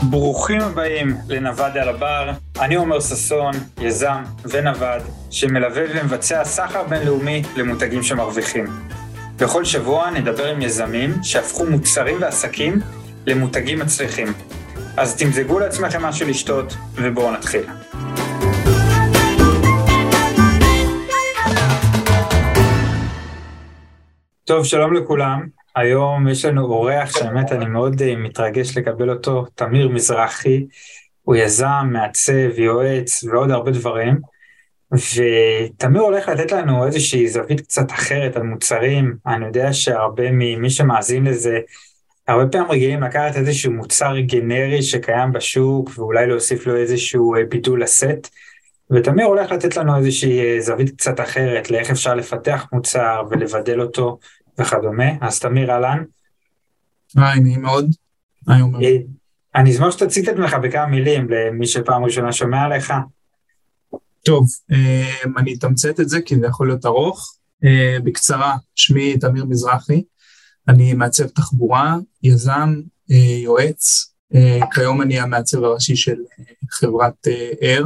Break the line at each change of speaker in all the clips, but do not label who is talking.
ברוכים הבאים לנווד על הבר. אני עומר ששון, יזם ונווד שמלווה ומבצע סחר בינלאומי למותגים שמרוויחים. בכל שבוע נדבר עם יזמים שהפכו מוצרים ועסקים למותגים מצליחים. אז תמזגו לעצמכם משהו לשתות ובואו נתחיל. טוב, שלום לכולם. היום יש לנו אורח שבאמת אני מאוד מתרגש לקבל אותו, תמיר מזרחי. הוא יזם, מעצב, יועץ ועוד הרבה דברים. ותמיר הולך לתת לנו איזושהי זווית קצת אחרת על מוצרים. אני יודע שהרבה ממי שמאזין לזה, הרבה פעמים רגילים לקחת איזשהו מוצר גנרי שקיים בשוק, ואולי להוסיף לו איזשהו בידול לסט. ותמיר הולך לתת לנו איזושהי זווית קצת אחרת, לאיך אפשר לפתח מוצר ולבדל אותו וכדומה. אז תמיר, אהלן.
היי, נעים מאוד. היי, עומר.
אני אשמח שתציג את עצמך בכמה מילים למי שפעם ראשונה שומע עליך.
טוב, אני אתמצת את זה כי זה יכול להיות ארוך. בקצרה, שמי תמיר מזרחי, אני מעצב תחבורה, יזם, יועץ. כיום אני המעצב הראשי של חברת אר.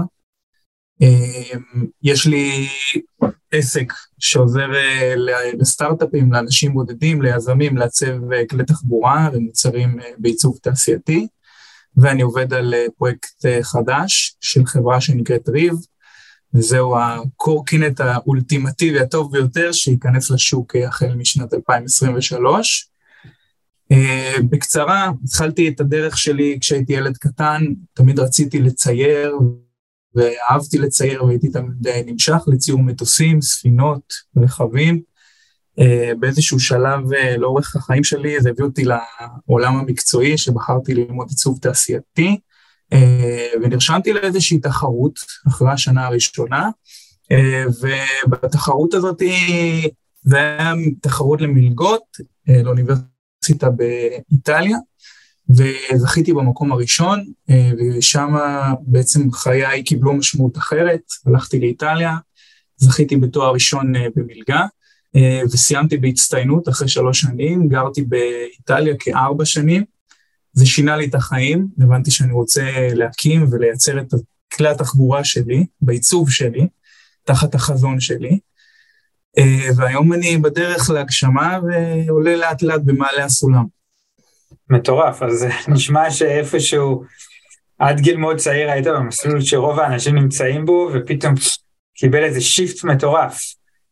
יש לי עסק שעוזר לסטארט-אפים, לאנשים בודדים, ליזמים, לעצב כלי תחבורה ומוצרים בעיצוב תעשייתי, ואני עובד על פרויקט חדש של חברה שנקראת ריב, וזהו הקורקינט האולטימטיבי הטוב ביותר שייכנס לשוק החל משנת 2023. בקצרה, התחלתי את הדרך שלי כשהייתי ילד קטן, תמיד רציתי לצייר, ואהבתי לצייר והייתי תמיד נמשך לציור מטוסים, ספינות, רכבים. באיזשהו שלב לאורך החיים שלי זה הביא אותי לעולם המקצועי שבחרתי ללמוד עיצוב תעשייתי, ונרשמתי לאיזושהי תחרות אחרי השנה הראשונה, ובתחרות הזאת זה היה תחרות למלגות לאוניברסיטה באיטליה, וזכיתי במקום הראשון, ושם בעצם חיי קיבלו משמעות אחרת. הלכתי לאיטליה, זכיתי בתואר ראשון במלגה, וסיימתי בהצטיינות אחרי 3 שנים, גרתי באיטליה כ4 שנים, זה שינה לי את החיים, הבנתי שאני רוצה להקים ולייצר את כלי התחבורה שלי, בעיצוב שלי, תחת החזון שלי, והיום אני בדרך להגשמה, ועולה לאט לאט במעלה הסולם.
מטורף, אז נשמע שאיפשהו עד גיל מאוד צעיר היית במסלול שרוב האנשים נמצאים בו, ופתאום קיבל איזה שיפט מטורף,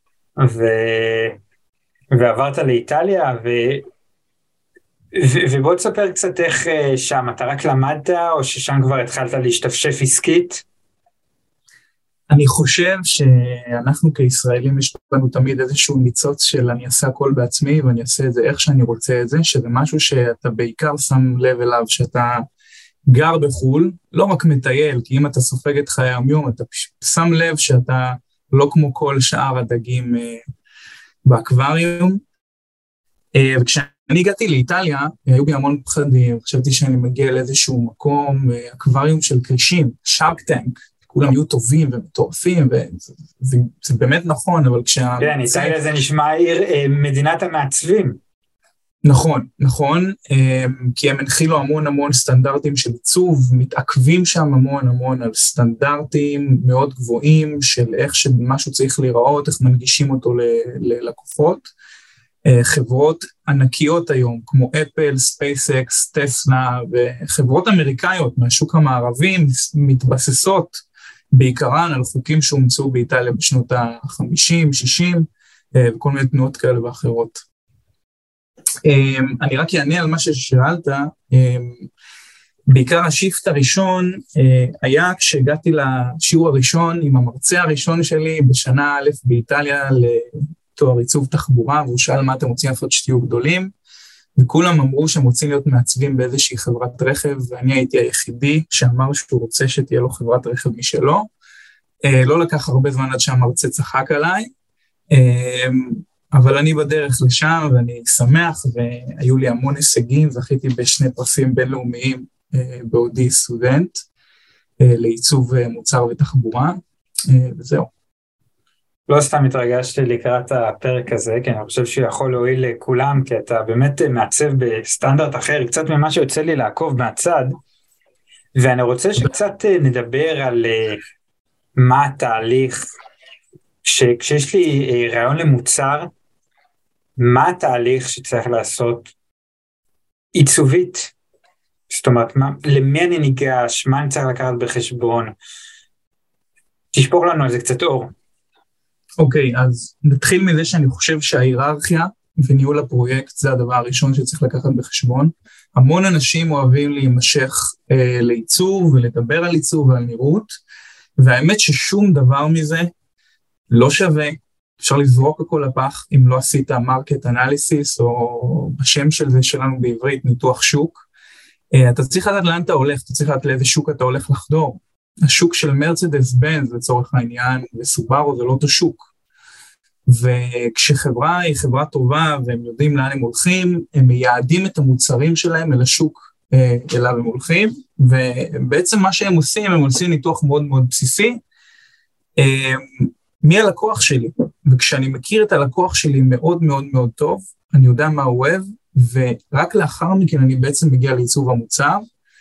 ועברת לאיטליה, ובוא תספר קצת איך שם, אתה רק למדת, או ששם כבר התחלת להשתפשף עסקית?
אני חושב שאנחנו כישראלים יש לנו תמיד איזשהו ניצוץ של אני אעשה הכל בעצמי, ואני אעשה את זה איך שאני רוצה את זה, שזה משהו שאתה בעיקר שם לב אליו, שאתה גר בחול, לא רק מטייל, כי אם אתה סופג את חיי היום, אתה שם לב שאתה לא כמו כל שאר הדגים באקווריום. וכשאני הגעתי לאיטליה, היו בי המון פחדים, חשבתי שאני מגיע לאיזשהו מקום, אקווריום של קרישים, שרק טנק, כולם יהיו טובים ומטורפים, וזה באמת נכון, אבל
כן, איטליה זה נשמע מדינת המעצבים.
נכון, נכון, כי הם הנחילו המון סטנדרטים של עיצוב, מתעכבים שם המון על סטנדרטים מאוד גבוהים, של איך שמשהו צריך להיראות, איך מנגישים אותו ללקוחות. חברות ענקיות היום, כמו אפל, ספייסקס, טסלה, וחברות אמריקאיות מהשוק המערבי, מתבססות בעיקרן על חוקים שהומצאו באיטליה בשנות ה-50, 60, וכל מיני תנועות כאלה ואחרות. אני רק אענה על מה ששאלת, בעיקר השיפט הראשון היה כשהגעתי לשיעור הראשון עם המרצה הראשון שלי בשנה א' באיטליה לתואר עיצוב תחבורה, והוא שאל מה אתם רוצים לעשות שתהיו גדולים, וכולם אמרו שהם רוצים להיות מעצבים באיזושהי חברת רכב, ואני הייתי היחידי שאמר שהוא רוצה שתהיה לו חברת רכב משלו. לא לקח הרבה זמן עד שהמרצה צחק עליי, אבל אני בדרך לשם ואני שמח, והיו לי המון הישגים, זכיתי ב2 פרסים בינלאומיים בעודי סטודנט, לעיצוב מוצר ותחבורה, וזהו.
לא סתם התרגשתי לקראת הפרק הזה, כי אני חושב שהוא יכול להועיל לכולם, כי אתה באמת מעצב בסטנדרט אחר, קצת ממה שיוצא לי לעקוב מהצד, ואני רוצה שקצת נדבר על מה התהליך, כשיש לי רעיון למוצר, מה התהליך שצריך לעשות עיצובית, זאת אומרת, למי אני ניגש, מה אני צריך לקחת בחשבון, תשפוך לנו על זה קצת אור.
אוקיי, אז נתחיל מזה שאני חושב שההיררכיה וניהול הפרויקט זה הדבר הראשון שצריך לקחת בחשבון. המון אנשים אוהבים להימשך לעיצוב ולדבר על עיצוב ועל נראות, והאמת ששום דבר מזה לא שווה, אפשר לזרוק הכל לפח אם לא עשית מרקט אנליסיס, או בשם של זה שלנו בעברית ניתוח שוק. אתה צריך לדעת לאן אתה הולך, אתה צריך לדעת לאיזה שוק אתה הולך לחדור. השוק של מרצדס בנז לצורך העניין וסובארו זה לא אותו שוק. וכשחברה היא חברה טובה והם יודעים לאן הם הולכים, הם מייעדים את המוצרים שלהם אל השוק אליו הם הולכים, ובעצם מה שהם עושים, הם עושים ניתוח מאוד מאוד בסיסי, מי הלקוח שלי, וכשאני מכיר את הלקוח שלי מאוד מאוד מאוד טוב, אני יודע מה הוא אוהב, ורק לאחר מכן אני בעצם מגיע לעיצוב המוצר,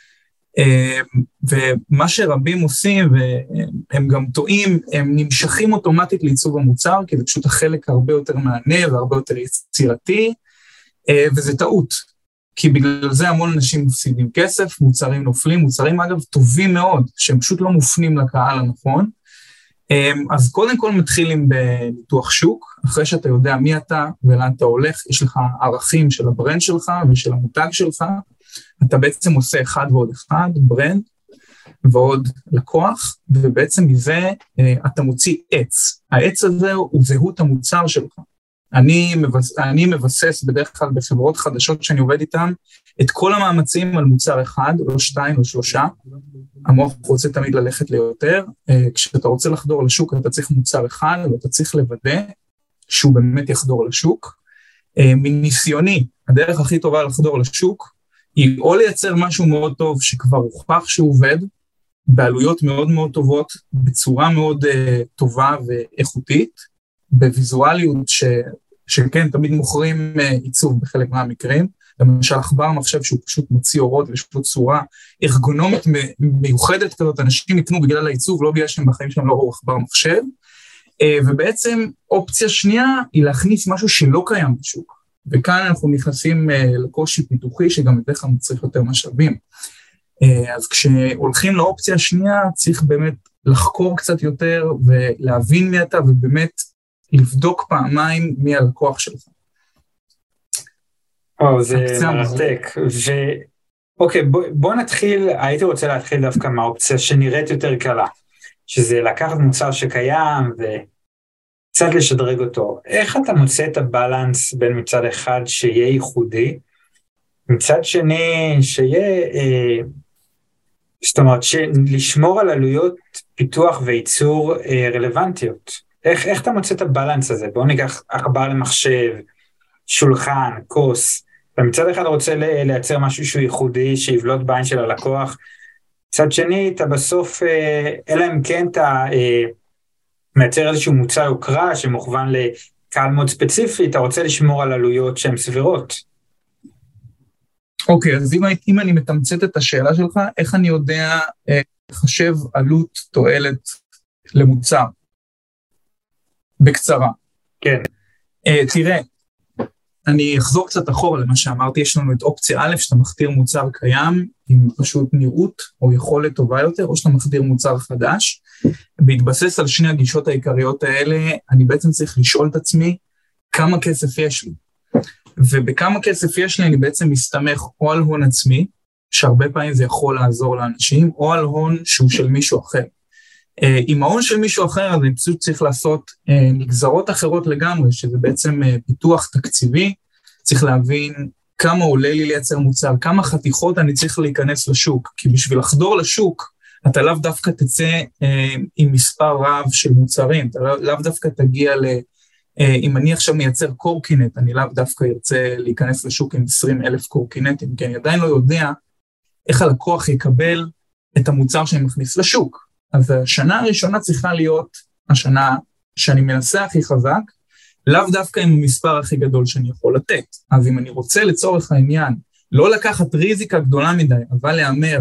ומה שרבים עושים, והם גם טועים, הם נמשכים אוטומטית לעיצוב המוצר, כי זה פשוט החלק הרבה יותר מענה, והרבה יותר יצירתי, וזה טעות, כי בגלל זה המון אנשים מפסידים כסף, מוצרים נופלים, מוצרים אגב טובים מאוד, שהם פשוט לא מופנים לקהל הנכון, אז קודם כל מתחילים בניתוח שוק, אחרי שאתה יודע מי אתה ולאן אתה הולך, יש לך ערכים של הברנד שלך ושל המותג שלך, אתה בעצם עושה אחד ועוד אחד, ברנד ועוד לקוח, ובעצם מזה אתה מוציא עץ. העץ הזה הוא זהות המוצר שלך. אני מבסס בדרך כלל בחברות חדשות שאני עובד איתן, את כל המאמצים על מוצר אחד, או שתיים או שלושה, המוח רוצה תמיד ללכת ליותר, כשאתה רוצה לחדור לשוק, אתה צריך מוצר אחד, ואתה צריך לוודא שהוא באמת יחדור לשוק. מניסיוני, הדרך הכי טובה לחדור לשוק, היא או לייצר משהו מאוד טוב, שכבר הוכח שהוא עובד, בעלויות מאוד מאוד טובות, בצורה מאוד טובה ואיכותית, בוויזואליות שכן, תמיד מוכרים עיצוב בחלק מהמקרים, למשל עכבר מחשב שהוא פשוט מוציא אורות ויש לו צורה ארגונומית מיוחדת כזאת, אנשים יקנו בגלל העיצוב, לא בגלל שהם בחיים שלהם לא ראו עכבר מחשב, ובעצם אופציה שנייה היא להכניס משהו שלא קיים בשוק, וכאן אנחנו נכנסים לקושי פיתוחי שגם בדרך כלל צריך יותר משאבים, אז כשהולכים לאופציה השנייה צריך באמת לחקור קצת יותר ולהבין מי אתה ובאמת לבדוק פעמיים מי הלקוח שלך.
זה מרתק, אוקיי, בוא נתחיל, הייתי רוצה להתחיל דווקא מהאופציה שנראית יותר קלה, שזה לקחת מוצר שקיים וקצת לשדרג אותו. איך אתה מוצא את הבלנס בין מצד אחד שיהיה ייחודי, מצד שני שיהיה, זאת אומרת, לשמור על עלויות פיתוח וייצור רלוונטיות. איך אתה מוצא את הבלנס הזה? בואו ניקח עכבר למחשב, שולחן, כוס, ומצד אחד רוצה לייצר משהו שהוא ייחודי, שיבלוט בעין של הלקוח, מצד שני, אתה בסוף, אלא אם כן אתה מייצר איזשהו מוצר יוקרה, שמוכוון לקהל מאוד ספציפי, אתה רוצה לשמור על עלויות שהן סבירות.
אוקיי, אז אם אני מתמצת את השאלה שלך, איך אני יודע לחשב עלות תועלת למוצר? בקצרה.
כן.
תראה, אני אחזור קצת אחורה למה שאמרתי, יש לנו את אופציה א', שאתה מכתיר מוצר קיים, עם פשוט נראות או יכולת טובה יותר, או שאתה מכתיר מוצר חדש, בהתבסס על שני הגישות העיקריות האלה, אני בעצם צריך לשאול את עצמי, כמה כסף יש לי? ובכמה כסף יש לי, אני בעצם מסתמך או על הון עצמי, שהרבה פעמים זה יכול לעזור לאנשים, או על הון שהוא של מישהו אחר. עם ההון של מישהו אחר, אז אני פשוט צריך לעשות נגזרות אחרות לגמרי, שזה בעצם פיתוח תקציבי, צריך להבין כמה עולה לי לייצר מוצר, כמה חתיכות אני צריך להיכנס לשוק, כי בשביל לחדור לשוק, אתה לאו דווקא תצא עם מספר רב של מוצרים, אתה לאו דווקא תגיע אם אני עכשיו מייצר קורקינט, אני לאו דווקא ירצה להיכנס לשוק עם 20,000 קורקינטים, כי אני עדיין לא יודע איך הלקוח יקבל את המוצר שאני מכניס לשוק. אז השנה הראשונה צריכה להיות השנה שאני מנסה הכי חזק, לאו דווקא עם המספר הכי גדול שאני יכול לתת. אז אם אני רוצה לצורך העניין, לא לקחת ריזיקה גדולה מדי, אבל לאמר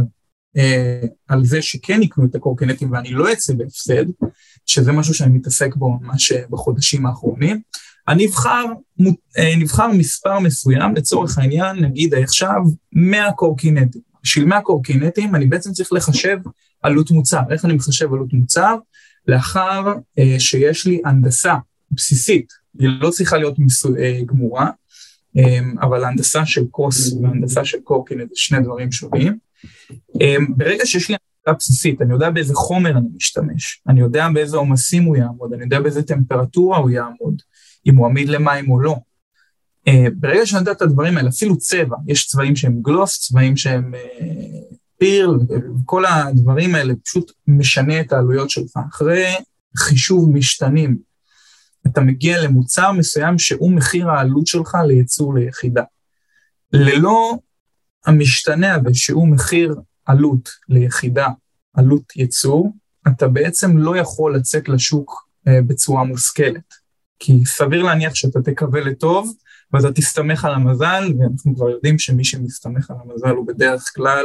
על זה שכן יקנו את הקורקינטים ואני לא אצא בהפסד, שזה משהו שאני מתעסק בו ממש בחודשים האחרונים, אני נבחר מספר מסוים, לצורך העניין, נגיד עכשיו 100 קורקינטים. בשביל 100 קורקינטים אני בעצם צריך לחשב עלות מוצר. איך אני מחשב עלות מוצר? לאחר שיש לי הנדסה בסיסית, היא לא צריכה להיות גמורה, אבל ההנדסה של קוס וההנדסה של קורקינט זה שני דברים שונים. ברגע שיש לי הנדסה בסיסית, אני יודע באיזה חומר אני משתמש, אני יודע באיזה עומסים הוא יעמוד, אני יודע באיזה טמפרטורה הוא יעמוד, אם הוא עמיד למים או לא. ברגע שאני יודע את הדברים האלה, אפילו צבע, יש צבעים שהם גלוס, צבעים שהם פירל, וכל הדברים האלה פשוט משנה את העלויות שלך. אחרי חישוב משתנים, אתה מגיע למוצר מסוים שהוא מחיר העלות שלך לייצור ליחידה. ללא המשתנה הזה שהוא מחיר עלות ליחידה, עלות ייצור, אתה בעצם לא יכול לצאת לשוק בצורה מושכלת. כי סביר להניח שאתה תקווה לטוב, ואתה תסתמך על המזל, ואנחנו כבר יודעים שמי שמסתמך על המזל הוא בדרך כלל,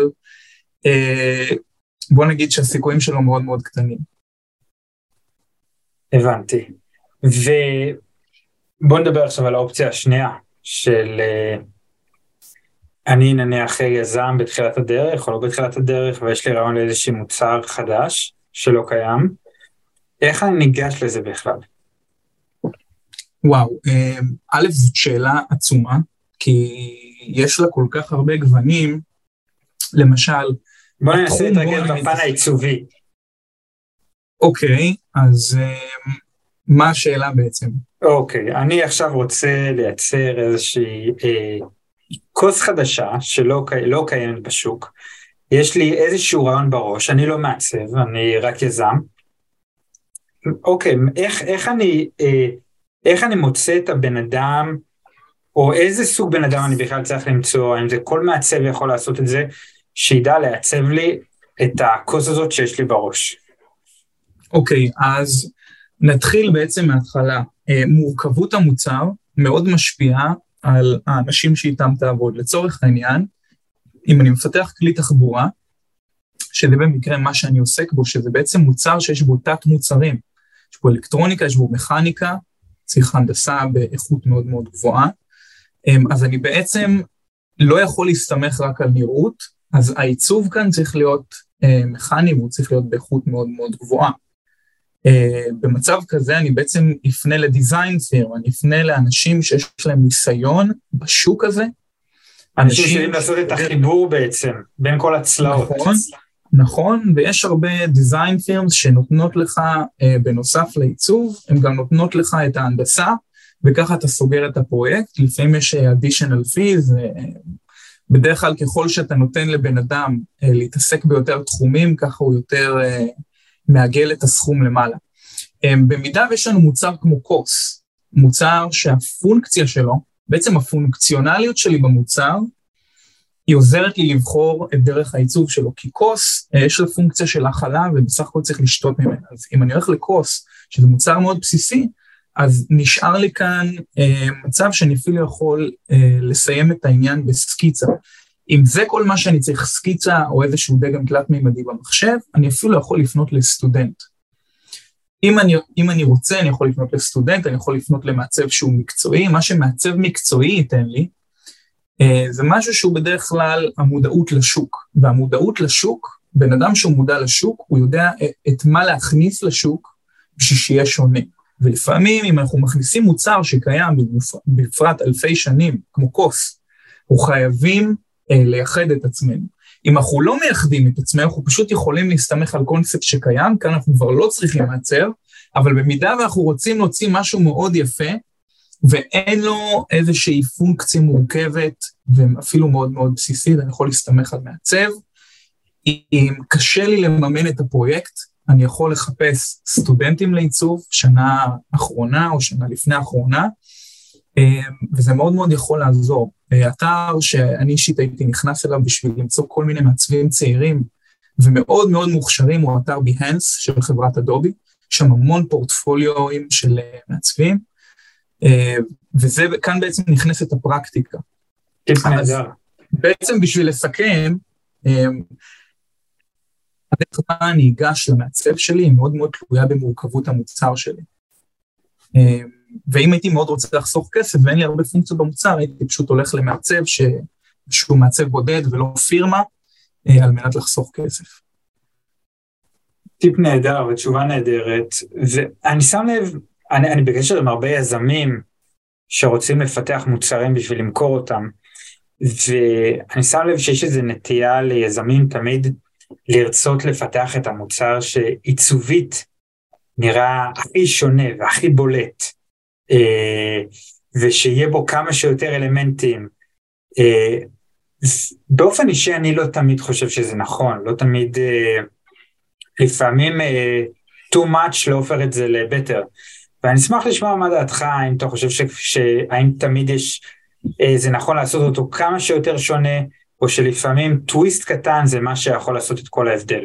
בוא נגיד שהסיכויים שלו מאוד מאוד קטנים.
הבנתי. ובוא נדבר עכשיו על האופציה השנייה, של אני נניח יזם בתחילת הדרך, או לא בתחילת הדרך, ויש לי רעיון לאיזשהו מוצר חדש, שלא קיים. איך אני ניגש לזה בכלל?
וואו, א', זאת שאלה עצומה, כי יש לה כל כך הרבה גוונים, למשל,
בוא ננסה להתרכז בפן העיצובי.
אוקיי, אז מה השאלה בעצם?
אוקיי, אני עכשיו רוצה לייצר איזושהי כוס חדשה שלא קיימת בשוק, יש לי איזשהו רעיון בראש, אני לא מעצב, אני רק יזם. אוקיי, איך אני מוצא את הבן אדם, או איזה סוג בן אדם אני בכלל צריך למצוא, האם זה כל מעצב יכול לעשות את זה, שידע לעצב לי את הכוס הזאת שיש לי בראש.
אוקיי, אז נתחיל בעצם מההתחלה. מורכבות המוצר מאוד משפיעה על האנשים שאיתם תעבוד. לצורך העניין, אם אני מפתח כלי תחבורה, שזה במקרה מה שאני עוסק בו, שזה בעצם מוצר שיש בו תת מוצרים, יש בו אלקטרוניקה, יש בו מכניקה, צריך הנדסה באיכות מאוד מאוד גבוהה, אז אני בעצם לא יכול להסתמך רק על נראות, אז העיצוב כאן צריך להיות מכני, והוא צריך להיות באיכות מאוד מאוד גבוהה. במצב כזה אני בעצם אפנה לדיזיין פיר, אני אפנה לאנשים שיש להם ניסיון בשוק הזה.
אנשים שיודעים לעשות את החיבור בעצם, בין כל הצלעות.
נכון, ויש הרבה דיזיין פירמס שנותנות לך, בנוסף לעיצוב, הן גם נותנות לך את ההנדסה, וככה אתה סוגר את הפרויקט, לפעמים יש additional fees, בדרך כלל ככל שאתה נותן לבן אדם להתעסק ביותר תחומים, ככה הוא יותר מעגל את הסכום למעלה. במידה ויש לנו מוצר כמו קוס, מוצר שהפונקציה שלו, בעצם הפונקציונליות שלי במוצר, היא עוזרת לי לבחור את דרך העיצוב שלו, כי קוס יש לה פונקציה של הכלה, ובסך הכל צריך לשתות ממנה. אז אם אני הולך לקוס, שזה מוצר מאוד בסיסי, אז נשאר לי כאן מצב שאני אפילו יכול לסיים את העניין בסקיצה. אם זה כל מה שאני צריך סקיצה, או איזשהו דגם תלת מימדי במחשב, אני אפילו יכול לפנות לסטודנט. אם אני רוצה, אני יכול לפנות לסטודנט, אני יכול לפנות למעצב שהוא מקצועי, מה שמעצב מקצועי ייתן לי, זה משהו שהוא בדרך כלל המודעות לשוק, והמודעות לשוק, בן אדם שהוא מודע לשוק, הוא יודע את מה להכניס לשוק, בשביל שיהיה שונה. ולפעמים אם אנחנו מכניסים מוצר שקיים בפרט אלפי שנים, כמו קוס, אנחנו חייבים לייחד את עצמנו. אם אנחנו לא מייחדים את עצמנו, אנחנו פשוט יכולים להסתמך על קונספט שקיים, כאן אנחנו כבר לא צריכים מעצב, אבל במידה ואנחנו רוצים להוציא משהו מאוד יפה, ואין לו איזושהי פונקציה מורכבת, ואפילו מאוד מאוד בסיסית, אני יכול להסתמך על מעצב. אם קשה לי לממן את הפרויקט, אני יכול לחפש סטודנטים לעיצוב, שנה אחרונה או שנה לפני האחרונה, וזה מאוד מאוד יכול לעזור. אתר שאני אישית הייתי נכנס אליו בשביל למצוא כל מיני מעצבים צעירים, ומאוד מאוד מוכשרים, הוא אתר Behance של חברת אדובי, שם המון פורטפוליואים של מעצבים, וזה כאן בעצם נכנסת הפרקטיקה. אז בעצם בשביל לסכם, הדרך שבה אני אגש למעצב שלי היא מאוד מאוד תלויה במורכבות המוצר שלי. ואם הייתי מאוד רוצה לחסוך כסף ואין לי הרבה פונקציות במוצר, הייתי פשוט הולך למעצב שהוא מעצב בודד ולא פירמה, על מנת לחסוך כסף.
טיפ נהדר ותשובה נהדרת, ואני שם לב, אני בקשר עם הרבה יזמים שרוצים לפתח מוצרים בשביל למכור אותם, ואני שם לב שיש איזו נטייה ליזמים תמיד לרצות לפתח את המוצר שעיצובית נראה הכי שונה והכי בולט, ושיהיה בו כמה שיותר אלמנטים. באופן אישי אני לא תמיד חושב שזה נכון, לא תמיד, לפעמים too much לא הופך את זה לבטר, ואני אשמח לשמוע מה דעתך, אם אתה חושב האם תמיד זה נכון לעשות אותו כמה שיותר שונה, או שלפעמים טוויסט קטן זה מה שיכול לעשות את כל ההבדל.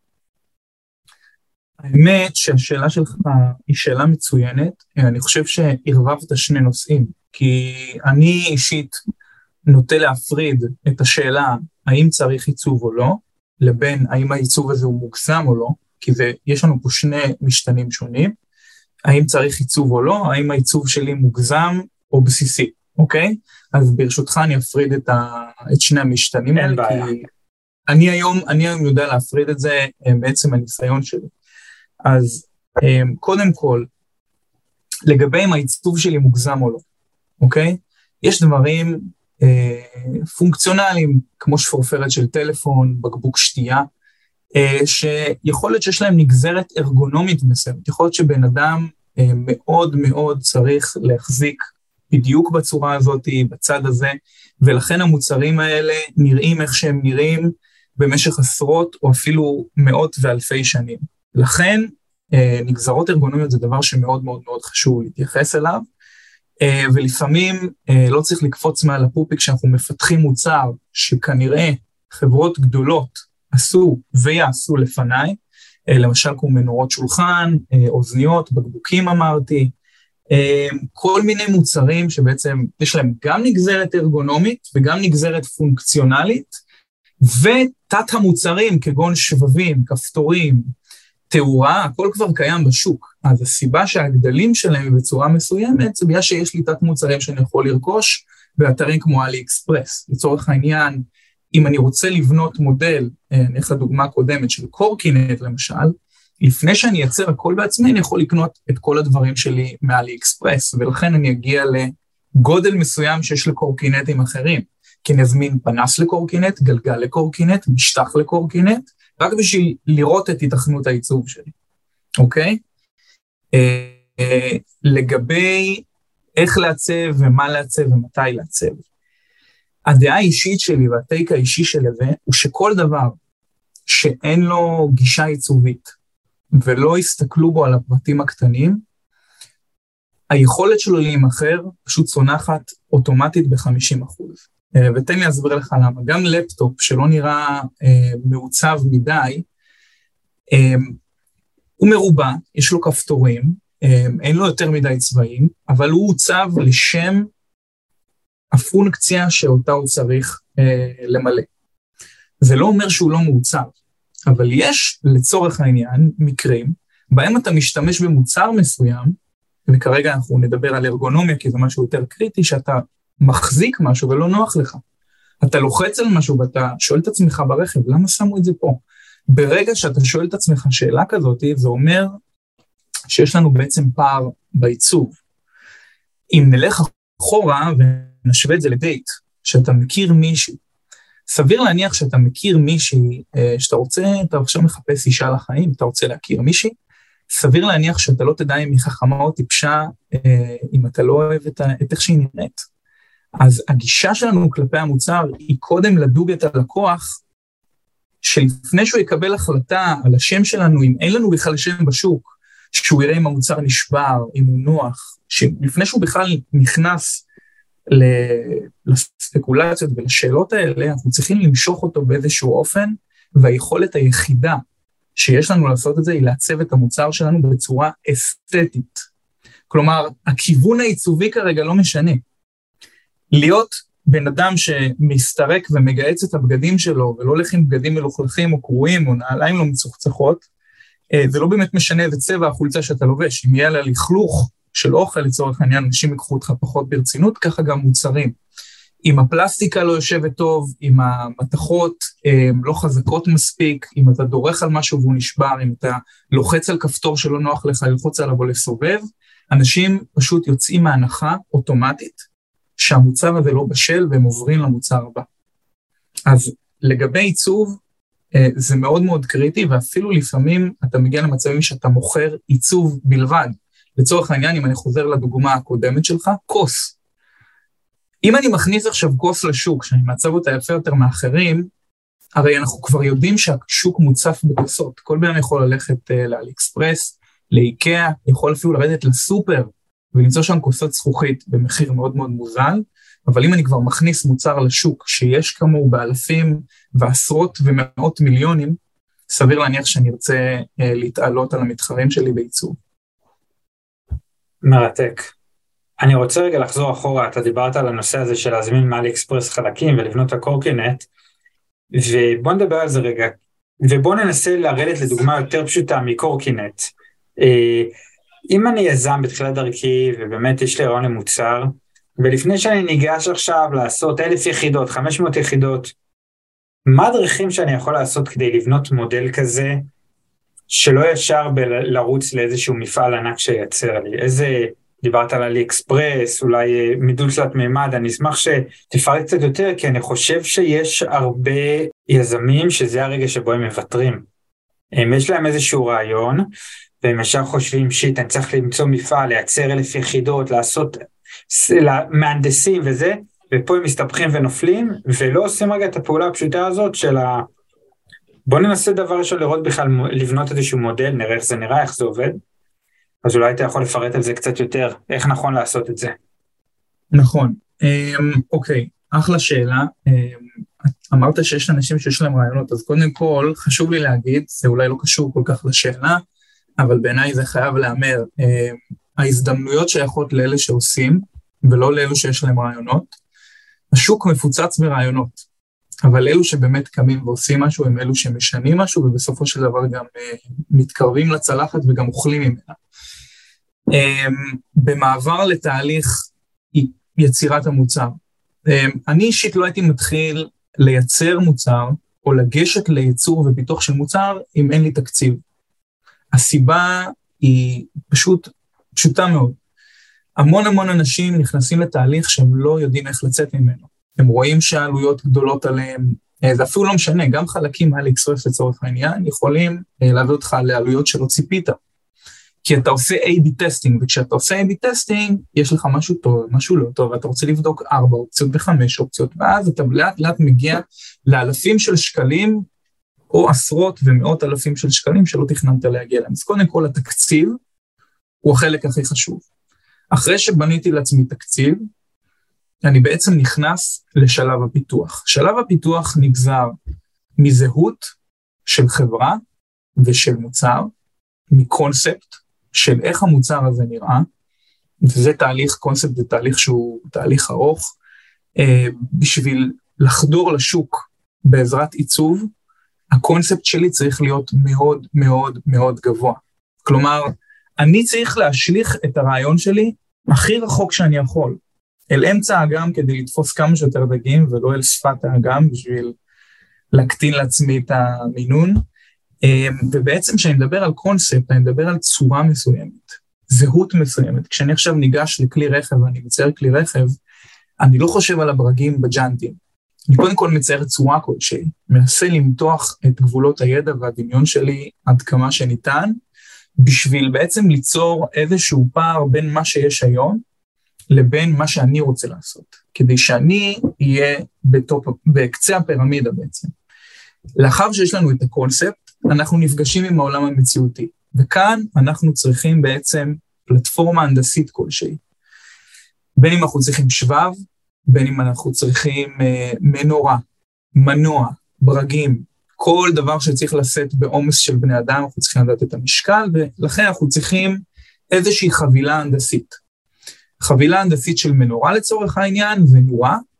האמת שהשאלה שלך היא שאלה מצוינת, אני חושב שהרבבת שני נושאים, כי אני אישית נוטה להפריד את השאלה האם צריך עיצוב או לא, לבין האם העיצוב הזה הוא מוגזם או לא, כי יש לנו פה שני משתנים שונים, האם צריך עיצוב או לא, האם העיצוב שלי מוגזם או בסיסי, אוקיי? אז ברשותך אני אפריד את שני המשתנים האלה, כי אני היום יודע להפריד את זה בעצם הניסיון שלי. אז קודם כל, לגבי אם העיצוב שלי מוגזם או לא, אוקיי? יש דברים פונקציונליים, כמו שפורפרת של טלפון, בקבוק שתייה, שיכול להיות שיש להם נגזרת ארגונומית מסוימת, יכול להיות שבן אדם מאוד מאוד צריך להחזיק בדיוק בצורה הזאת, בצד הזה, ולכן המוצרים האלה נראים איך שהם נראים במשך עשרות או אפילו מאות ואלפי שנים. לכן נגזרות ארגונומיות זה דבר שמאוד מאוד מאוד חשוב להתייחס אליו, ולפעמים לא צריך לקפוץ מעל הפופיק כשאנחנו מפתחים מוצר שכנראה חברות גדולות עשו ויעשו לפניי, למשל כמו מנורות שולחן, אוזניות, בקבוקים אמרתי, כל מיני מוצרים שבעצם יש להם גם נגזרת ארגונומית וגם נגזרת פונקציונלית, ותת המוצרים כגון שבבים, כפתורים, תאורה, הכל כבר קיים בשוק. אז הסיבה שהגדלים שלהם בצורה מסוימת, זה בגלל שיש לי תת מוצרים שאני יכול לרכוש באתרים כמו אלי אקספרס. לצורך העניין, אם אני רוצה לבנות מודל, נלך לדוגמה קודמת של קורקינט למשל, לפני שאני אייצר הכל בעצמי, אני יכול לקנות את כל הדברים שלי מאלי אקספרס, ולכן אני אגיע לגודל מסוים שיש לקורקינטים אחרים, כי נזמין פנס לקורקינט, גלגל לקורקינט, משטח לקורקינט, רק בשביל לראות את התכנות העיצוב שלי, אוקיי? לגבי איך לעצב ומה לעצב ומתי לעצב. הדעה האישית שלי והטייק האישי שלי זה, הוא שכל דבר שאין לו גישה עיצובית, ולא הסתכלו בו על הפרטים הקטנים, היכולת שלו להימכר פשוט צונחת אוטומטית ב-50%. ותן לי להסביר לך למה. גם לפטופ שלא נראה מעוצב מדי, הוא מרובע, יש לו כפתורים, אין לו יותר מדי צבעים, אבל הוא עוצב לשם הפונקציה שאותה הוא צריך למלא. זה לא אומר שהוא לא מעוצב, אבל יש לצורך העניין מקרים, בהם אתה משתמש במוצר מסוים, וכרגע אנחנו נדבר על ארגונומיה, כי זה משהו יותר קריטי, שאתה מחזיק משהו ולא נוח לך. אתה לוחץ על משהו ואתה שואל את עצמך ברכב, למה שמו את זה פה? ברגע שאתה שואל את עצמך שאלה כזאת, זה אומר שיש לנו בעצם פער בעיצוב. אם נלך אחורה ונשווה את זה לדייט, שאתה מכיר מישהי, סביר להניח שאתה מכיר מישהי, שאתה רוצה, אתה עכשיו מחפש אישה לחיים, אתה רוצה להכיר מישהי, סביר להניח שאתה לא תדע אם היא חכמה או טיפשה, אם אתה לא אוהב את איך שהיא נראית. אז הגישה שלנו כלפי המוצר היא קודם לדוג את הלקוח, שלפני שהוא יקבל החלטה על השם שלנו, אם אין לנו בכלל שם בשוק, שהוא יראה אם המוצר נשבר, אם הוא נוח, שלפני שהוא בכלל נכנס לספקולציות ולשאלות האלה, אנחנו צריכים למשוך אותו באיזשהו אופן, והיכולת היחידה שיש לנו לעשות את זה, היא לעצב את המוצר שלנו בצורה אסתטית. כלומר, הכיוון העיצובי כרגע לא משנה. להיות בן אדם שמסתרק ומגייץ את הבגדים שלו, ולא הולך עם בגדים מלוכלכים או קרועים, או נעליים לא מצוחצחות, זה לא באמת משנה איזה צבע החולצה שאתה לובש, אם יהיה לה לכלוך של אוכל לצורך העניין, אנשים יקחו אותך פחות ברצינות, ככה גם מוצרים. אם הפלסטיקה לא יושבת טוב, אם המתכות לא חזקות מספיק, אם אתה דורך על משהו והוא נשבר, אם אתה לוחץ על כפתור שלא נוח לך ללחוץ עליו או לסובב, אנשים פשוט יוצאים מהנחה אוטומטית, שהמוצר הזה לא בשל והם עוברים למוצר הבא. אז לגבי עיצוב, זה מאוד מאוד קריטי, ואפילו לפעמים אתה מגיע למצבים שאתה מוכר עיצוב בלבד. לצורך העניין, אם אני חוזר לדוגמה הקודמת שלך, כוס. אם אני מכניס עכשיו כוס לשוק, שאני מעצב אותה יפה יותר מאחרים, הרי אנחנו כבר יודעים שהשוק מוצף בכוסות. כל בן יכול ללכת לאלי אקספרס, לאיקאה, יכול אפילו לרדת לסופר, ולמצוא שם כוסות זכוכית במחיר מאוד מאוד מוזל, אבל אם אני כבר מכניס מוצר לשוק, שיש כמוהו באלפים ועשרות ומאות מיליונים, סביר להניח שאני ארצה להתעלות על המתחרים שלי בעיצוב.
מרתק. אני רוצה רגע לחזור אחורה, אתה דיברת על הנושא הזה של להזמין מאלי אקספרס חלקים ולבנות את הקורקינט, ובוא נדבר על זה רגע, ובוא ננסה לרדת לדוגמה יותר פשוטה מקורקינט. אם אני יזם בתחילת דרכי, ובאמת יש לי רעיון למוצר, ולפני שאני ניגש עכשיו לעשות 1,000 יחידות, 500 יחידות, מה הדרכים שאני יכול לעשות כדי לבנות מודל כזה, שלא ישר לרוץ לאיזשהו מפעל ענק שייצר לי? איזה, דיברת על אלי אקספרס, אולי מידול תלת מימד, אני אשמח שתפרט קצת יותר, כי אני חושב שיש הרבה יזמים שזה הרגע שבו הם מוותרים. יש להם איזשהו רעיון, והם ישר חושבים שיט, אני צריך למצוא מפעל, לייצר 1,000 יחידות, לעשות מהנדסים וזה, ופה הם מסתבכים ונופלים, ולא עושים רגע את הפעולה הפשוטה הזאת של בוא ננסה דבר ראשון לראות בכלל, לבנות איזשהו מודל, נראה איך זה נראה, איך זה עובד, אז אולי אתה יכול לפרט על זה קצת יותר, איך נכון לעשות את זה.
נכון, אוקיי, אחלה שאלה, אמרת שיש אנשים שיש להם רעיונות, אז קודם כל חשוב לי להגיד, זה אולי לא קשור כל כך לשאלה, אבל בעיניי זה חייב לאמר, ההזדמנויות שייכות לאלה שעושים, ולא לאלו שיש להם רעיונות, השוק מפוצץ ברעיונות, אבל אלו שבאמת קמים ועושים משהו, הם אלו שמשנים משהו, ובסופו של דבר גם מתקרבים לצלחת וגם אוכלים ממנה. במעבר לתהליך יצירת המוצר, אני אישית לא הייתי מתחיל לייצר מוצר, או לגשת לייצור ופיתוח של מוצר, אם אין לי תקציב. הסיבה היא פשוטה מאוד. המון אנשים נכנסים לתהליך שהם לא יודעים איך לצאת ממנו. הם רואים שהעלויות גדולות עליהם, זה אפילו לא משנה, גם חלקים מאלי אקספרס לצורך העניין, יכולים להביא אותך לעלויות שלא ציפית. כי אתה עושה A-B טסטינג, וכשאתה עושה A-B טסטינג, יש לך משהו טוב, משהו לא טוב, ואתה רוצה לבדוק 4 אופציות ו5 אופציות, ואז אתה לאט מגיע לאלפים של שקלים, או עשרות ומאות אלפים של שקלים שלא תכננת להגיע להם. אז קודם כל התקציב הוא החלק הכי חשוב. אחרי שבניתי לעצמי תקציב, אני בעצם נכנס לשלב הפיתוח. שלב הפיתוח נגזר מזהות של חברה ושל מוצר, מקונספט של איך המוצר הזה נראה, וזה תהליך, קונספט זה תהליך שהוא תהליך ארוך, בשביל לחדור לשוק בעזרת עיצוב, הקונספט שלי צריך להיות מאוד מאוד מאוד גבוה. כלומר, אני צריך להשליך את הרעיון שלי הכי רחוק שאני יכול, אל אמצע האגם כדי לתפוס כמה שיותר דגים, ולא אל שפת האגם בשביל להקטין לעצמי את המינון, ובעצם כשאני מדבר על קונספט, אני מדבר על צורה מסוימת, זהות מסוימת. כשאני עכשיו ניגש לכלי רכב, ואני מצייר כלי רכב, אני לא חושב על הברגים בג'אנטים. אני קודם כל מצייר צורה כלשהי, מנסה למתוח את גבולות הידע והדמיון שלי עד כמה שניתן, בשביל בעצם ליצור איזשהו פער בין מה שיש היום, לבין מה שאני רוצה לעשות, כדי שאני אהיה בקצה הפירמידה בעצם. לאחר שיש לנו את הקונספט, אנחנו נפגשים עם העולם המציאותי, וכאן אנחנו צריכים בעצם פלטפורמה הנדסית כלשהי. בין אם אנחנו צריכים שבב, בין אם אנחנו צריכים מנורה, מנוע, ברגים, כל דבר שצריך לשאת בעומס של בני אדם, אנחנו צריכים לדעת את המשקל, ולכן אנחנו צריכים איזושהי חבילה הנדסית. חבילה הנדסית של מנורה לצורך העניין, ונורה,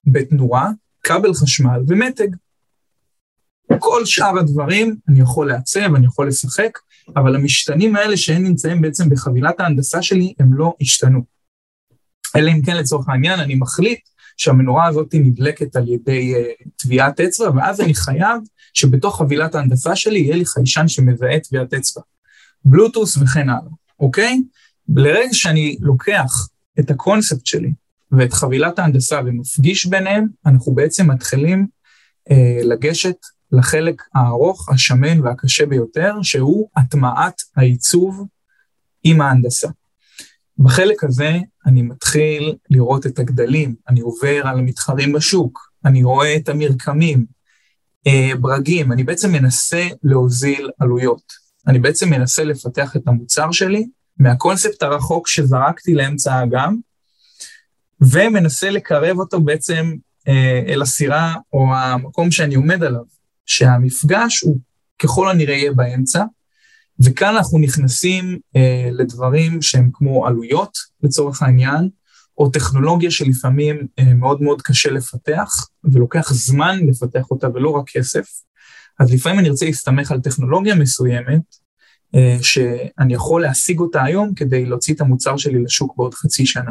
בתנועה, כבל חשמל ומתג. כל שאר הדברים אני יכול לעצב, אני יכול לשחק, אבל המשתנים האלה שהם נמצאים בעצם בחבילת ההנדסה שלי, הם לא השתנו. אלא אם כן לצורך העניין, אני מחליט שהמנורה הזאת נדלקת על ידי טביעת אצבע, ואז אני חייב שבתוך חבילת ההנדסה שלי יהיה לי חיישן שמזהה טביעת אצבע. בלוטוס וכן הלאה, אוקיי? לרגע שאני לוקח את הקונספט שלי ואת חבילת ההנדסה ומפגיש ביניהם, אנחנו בעצם מתחילים לגשת לחלק הארוך, השמן והקשה ביותר, שהוא הטמעת העיצוב עם ההנדסה. בחלק הזה אני מתחיל לראות את הגדלים, אני עובר על המתחרים בשוק, אני רואה את המרקמים, ברגים, אני בעצם מנסה להוזיל עלויות, אני בעצם מנסה לפתח את המוצר שלי, מהקונספט הרחוק שזרקתי לאמצע האגם, ומנסה לקרב אותו בעצם אל הסירה או המקום שאני עומד עליו, שהמפגש הוא ככל הנראה יהיה באמצע, וכאן אנחנו נכנסים לדברים שהם כמו עלויות לצורך העניין, או טכנולוגיה שלפעמים מאוד מאוד קשה לפתח, ולוקח זמן לפתח אותה ולא רק כסף, אז לפעמים אני רוצה להסתמך על טכנולוגיה מסוימת, שאני יכול להשיג אותה היום כדי להוציא את המוצר שלי לשוק בעוד חצי שנה.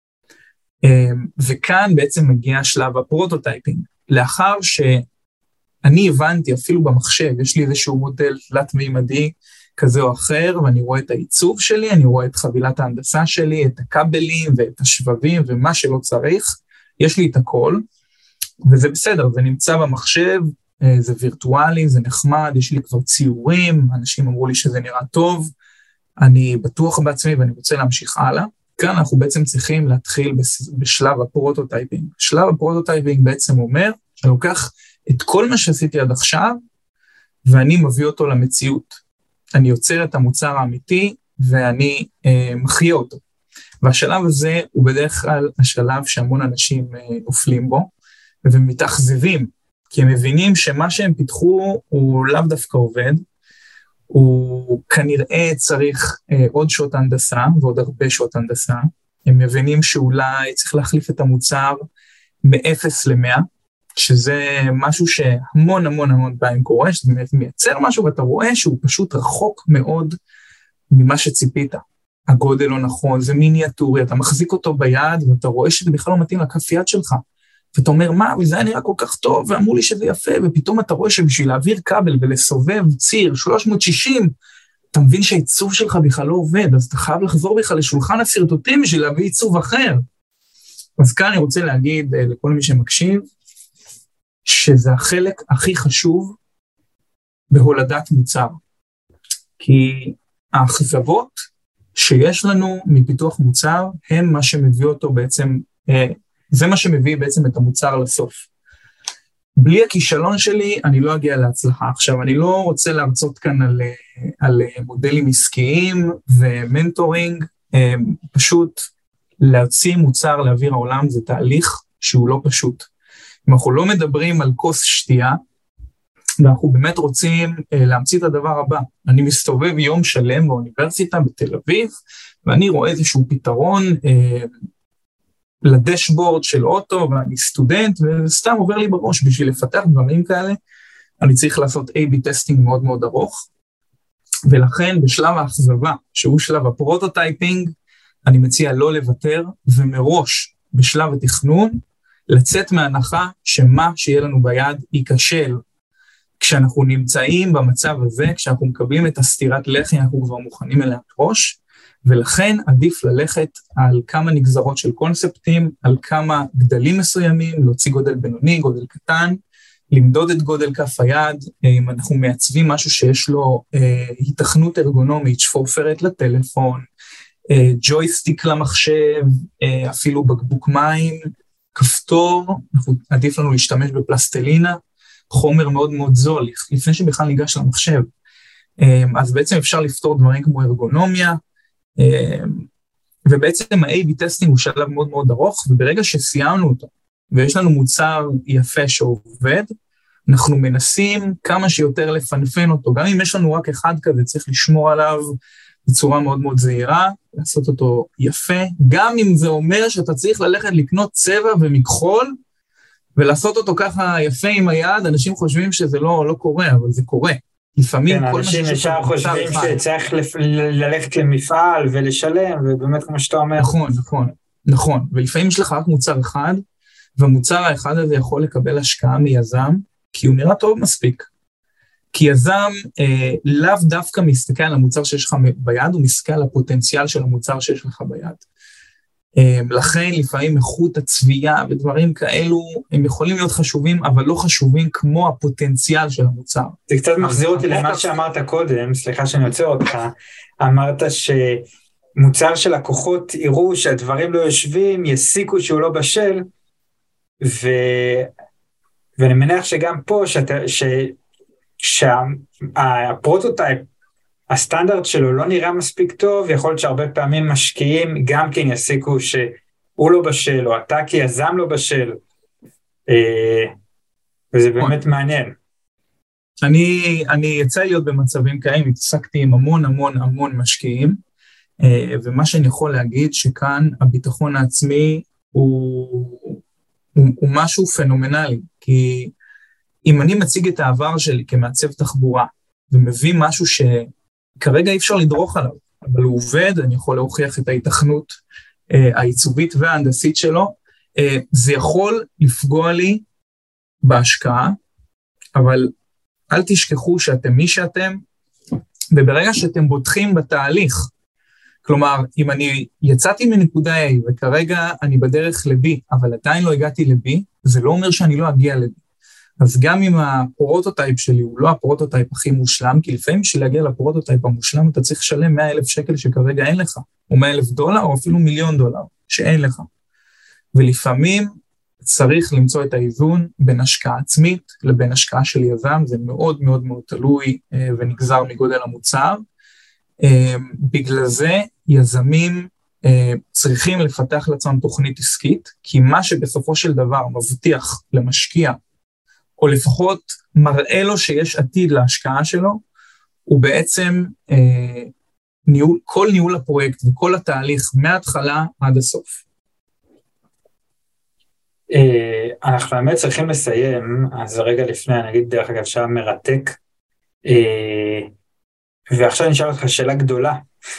וכאן בעצם מגיע שלב הפרוטוטייפינג, לאחר שאני הבנתי אפילו במחשב, יש לי איזשהו מודל תלת-מימדי כזה או אחר, ואני רואה את העיצוב שלי, אני רואה את חבילת ההנדסה שלי, את הכבלים ואת השבבים ומה שלא צריך, יש לי את הכל, וזה בסדר, זה נמצא במחשב, זה וירטואלי, זה נחמד, יש לי כבר ציורים, אנשים אמרו לי שזה נראה טוב, אני בטוח בעצמי ואני רוצה להמשיך הלאה, כאן אנחנו בעצם צריכים להתחיל בשלב הפרוטוטייפינג. שלב הפרוטוטייפינג בעצם אומר, אני לוקח את כל מה שעשיתי עד עכשיו, ואני מביא אותו למציאות. אני יוצר את המוצר האמיתי, ואני מחיה אותו. והשלב הזה הוא בדרך כלל השלב שהמון אנשים נופלים בו, ומתאכזבים, כי הם מבינים שמה שהם פיתחו הוא לאו דווקא עובד, הוא כנראה צריך עוד שעות הנדסה, ועוד הרבה שעות הנדסה, הם מבינים שאולי צריך להחליף את המוצר מ-0 ל-100, שזה משהו שהמון המון המון פעמים קורה, שזה מייצר משהו ואתה רואה שהוא פשוט רחוק מאוד ממה שציפית. הגודל לא נכון, זה מיניאטורי, אתה מחזיק אותו ביד ואתה רואה שזה בכלל לא מתאים לכף יד שלך. ואתה אומר, מה, וזה היה נראה כל כך טוב, ואמרו לי שזה יפה, ופתאום אתה רואה שבשביל להעביר כבל ולסובב ציר 360, אתה מבין שהעיצוב שלך בכלל לא עובד, אז אתה חייב לחזור בכלל לשולחן הסרטוטים בשביל להביא עיצוב אחר. אז כאן אני רוצה להגיד לכל מי שמקשיב, שזה החלק הכי חשוב בהולדת מוצר. כי האכזבות שיש לנו מפיתוח מוצר, הם מה שמביא אותו בעצם, זה מה שמביא בעצם את המוצר לסוף. בלי הכישלון שלי, אני לא אגיע להצלחה. עכשיו, אני לא רוצה להרצות כאן על מודלים עסקיים ומנטורינג, פשוט להוציא מוצר לאוויר העולם, זה תהליך שהוא לא פשוט. אם אנחנו לא מדברים על כוס שתייה, ואנחנו באמת רוצים להמציא את הדבר הבא. אני מסתובב יום שלם באוניברסיטה בתל אביב, ואני רואה איזשהו פתרון לדשבורד של אוטו, ואני סטודנט, וסתם עובר לי בראש, בשביל לפתח דברים כאלה, אני צריך לעשות A-B טסטינג מאוד מאוד ארוך, ולכן בשלב האכזבה, שהוא שלב הפרוטוטייפינג, אני מציע לא לוותר, ומראש בשלב התכנון, לצאת מההנחה שמה שיהיה לנו ביד ייכשל. כשאנחנו נמצאים במצב הזה, כשאנחנו מקבלים את הסתירת לחי, אנחנו כבר מוכנים אליה מראש, ולכן עדיף ללכת על כמה נגזרות של קונספטים, על כמה גדלים מסוימים, להוציא גודל בינוני, גודל קטן, למדוד את גודל כף היד, אם אנחנו מייצבים משהו שיש לו התכנות ארגונומית, שפורפרת לטלפון, ג'ויסטיק למחשב, אפילו בקבוק מים, כפתור, עדיף לנו להשתמש בפלסטלינה, חומר מאוד מאוד זול, לפני שבכלל ניגש למחשב. אז בעצם אפשר לפתור דברים כמו ארגונומיה, ובעצם ה-A-B טסטינג הוא שלב מאוד מאוד ארוך, וברגע שסיימנו אותו, ויש לנו מוצר יפה שעובד, אנחנו מנסים כמה שיותר לפנפן אותו, גם אם יש לנו רק אחד כזה, צריך לשמור עליו בצורה מאוד מאוד זהירה, לעשות אותו יפה, גם אם זה אומר שאתה צריך ללכת לקנות צבע ומכחול, ולעשות אותו ככה יפה עם היד, אנשים חושבים שזה לא קורה, אבל זה קורה. לפעמים
כן, אנשים ישר חושבים שצריך ללכת למפעל ולשלם, ובאמת כמו שאתה אומר.
נכון, ולפעמים יש לך רק מוצר אחד, והמוצר האחד הזה יכול לקבל השקעה מיזם, כי הוא נראה טוב מספיק. כי יזם לאו דווקא מסתכל על המוצר שיש לך ביד, הוא מסתכל על הפוטנציאל של המוצר שיש לך ביד. לכן לפעמים איכות הצביעה ודברים כאלו, הם יכולים להיות חשובים, אבל לא חשובים כמו הפוטנציאל של המוצר.
זה קצת מחזיר אותי למה שאמרת קודם, סליחה שאני יוצא אותך, אמרת שמוצר של לקוחות יראו שהדברים לא יושבים, יסיקו שהוא לא בשל, ואני מניח שגם פה, שהפרוטוטייפ, הסטנדרט שלו לא נראה מספיק טוב, יכול להיות שהרבה פעמים משקיעים גם כן יסיקו שהוא לא בשל, או אתה כיזם לא בשל, וזה באמת מעניין.
אני יצא להיות במצבים כאלה, התעסקתי עם המון משקיעים, ומה שאני יכול להגיד שכאן הביטחון העצמי הוא משהו פנומנלי, כי אם אני מציג את העבר שלי כמעצב תחבורה, ומביא משהו שכרגע אי אפשר לדרוך עליו, אבל הוא עובד, אני יכול להוכיח את ההיתכנות העיצובית וההנדסית שלו, זה יכול לפגוע לי בהשקעה, אבל אל תשכחו שאתם מי שאתם, וברגע שאתם בוטחים בתהליך, כלומר, אם אני יצאתי מנקודה A, וכרגע אני בדרך ל-B, אבל עדיין לא הגעתי ל-B, זה לא אומר שאני לא אגיע ל-B. אז גם אם הפרוטוטייפ שלי הוא לא הפרוטוטייפ הכי מושלם, כי לפעמים בשביל להגיע לפרוטוטייפ המושלם, אתה צריך לשלם 100,000 שקל שכרגע אין לך, או 100,000 דולר, או אפילו $1,000,000 שאין לך. ולפעמים צריך למצוא את האיזון בין השקעה עצמית לבין השקעה של יזם, זה מאוד מאוד מאוד תלוי ונגזר מגודל המוצר. בגלל זה יזמים צריכים לפתח לעצמם תוכנית עסקית, כי מה שבסופו של דבר מבטיח למשקיע, או לפחות מראה לו שיש עתיד להשקעה שלו, הוא בעצם כל ניהול הפרויקט וכל התהליך מההתחלה עד הסוף.
אנחנו באמת צריכים לסיים, אז רגע לפני, אני אגיד דרך אגב שעה מרתק, ועכשיו אני אשאל אותך שאלה גדולה,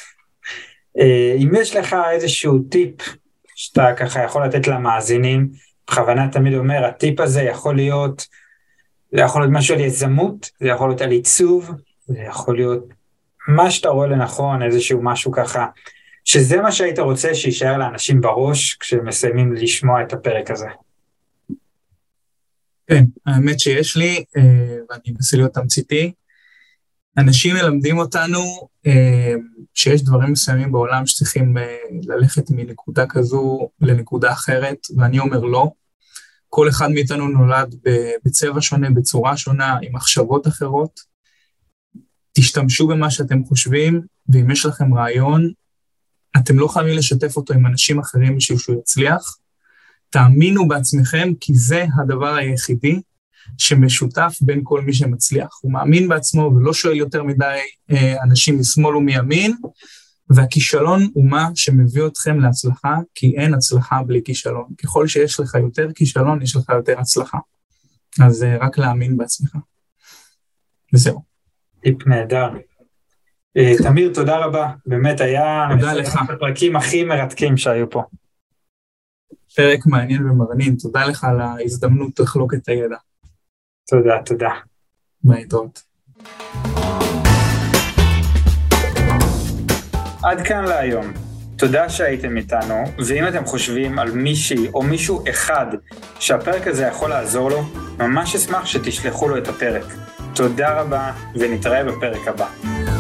אם יש לך איזשהו טיפ שאתה ככה יכול לתת למאזינים, בכוונה תמיד אומר, הטיפ הזה יכול להיות, זה יכול להיות משהו על יזמות, זה יכול להיות על עיצוב, זה יכול להיות מה שאתה רואה לנכון, איזשהו משהו ככה, שזה מה שהיית רוצה שישאר לאנשים בראש, כשהם מסיימים לשמוע את הפרק הזה.
כן, האמת שיש לי, ואני אנסה להיות תמציתי, אנשים מלמדים אותנו שיש דברים מסוימים בעולם שצריכים ללכת מנקודה כזו לנקודה אחרת, ואני אומר לא. כל אחד מאיתנו נולד בצבע שונה, בצורה שונה, עם מחשבות אחרות. תשתמשו במה שאתם חושבים, ואם יש לכם רעיון, אתם לא חייבים לשתף אותו עם אנשים אחרים בשביל שהוא יצליח. תאמינו בעצמכם, כי זה הדבר היחידי שמשותף בין כל מי שמצליח. הוא מאמין בעצמו ולא שואל יותר מדי אנשים משמאל ומימין, והכישלון הוא מה שמביא אתכם להצלחה, כי אין הצלחה בלי כישלון. ככל שיש לך יותר כישלון, יש לך יותר הצלחה. אז רק להאמין בעצמך. וזהו.
טיפ נהדר. תמיר, תודה רבה. באמת היה הפרקים הכי מרתקים שהיו פה.
פרק מעניין ומרנין. תודה לך על ההזדמנות לחלוק את הידע.
תודה.
להתראות.
עד כאן להיום. תודה שהייתם איתנו, ואם אתם חושבים על מישהי או מישהו אחד שהפרק הזה יכול לעזור לו, ממש אשמח שתשלחו לו את הפרק. תודה רבה, ונתראה בפרק הבא.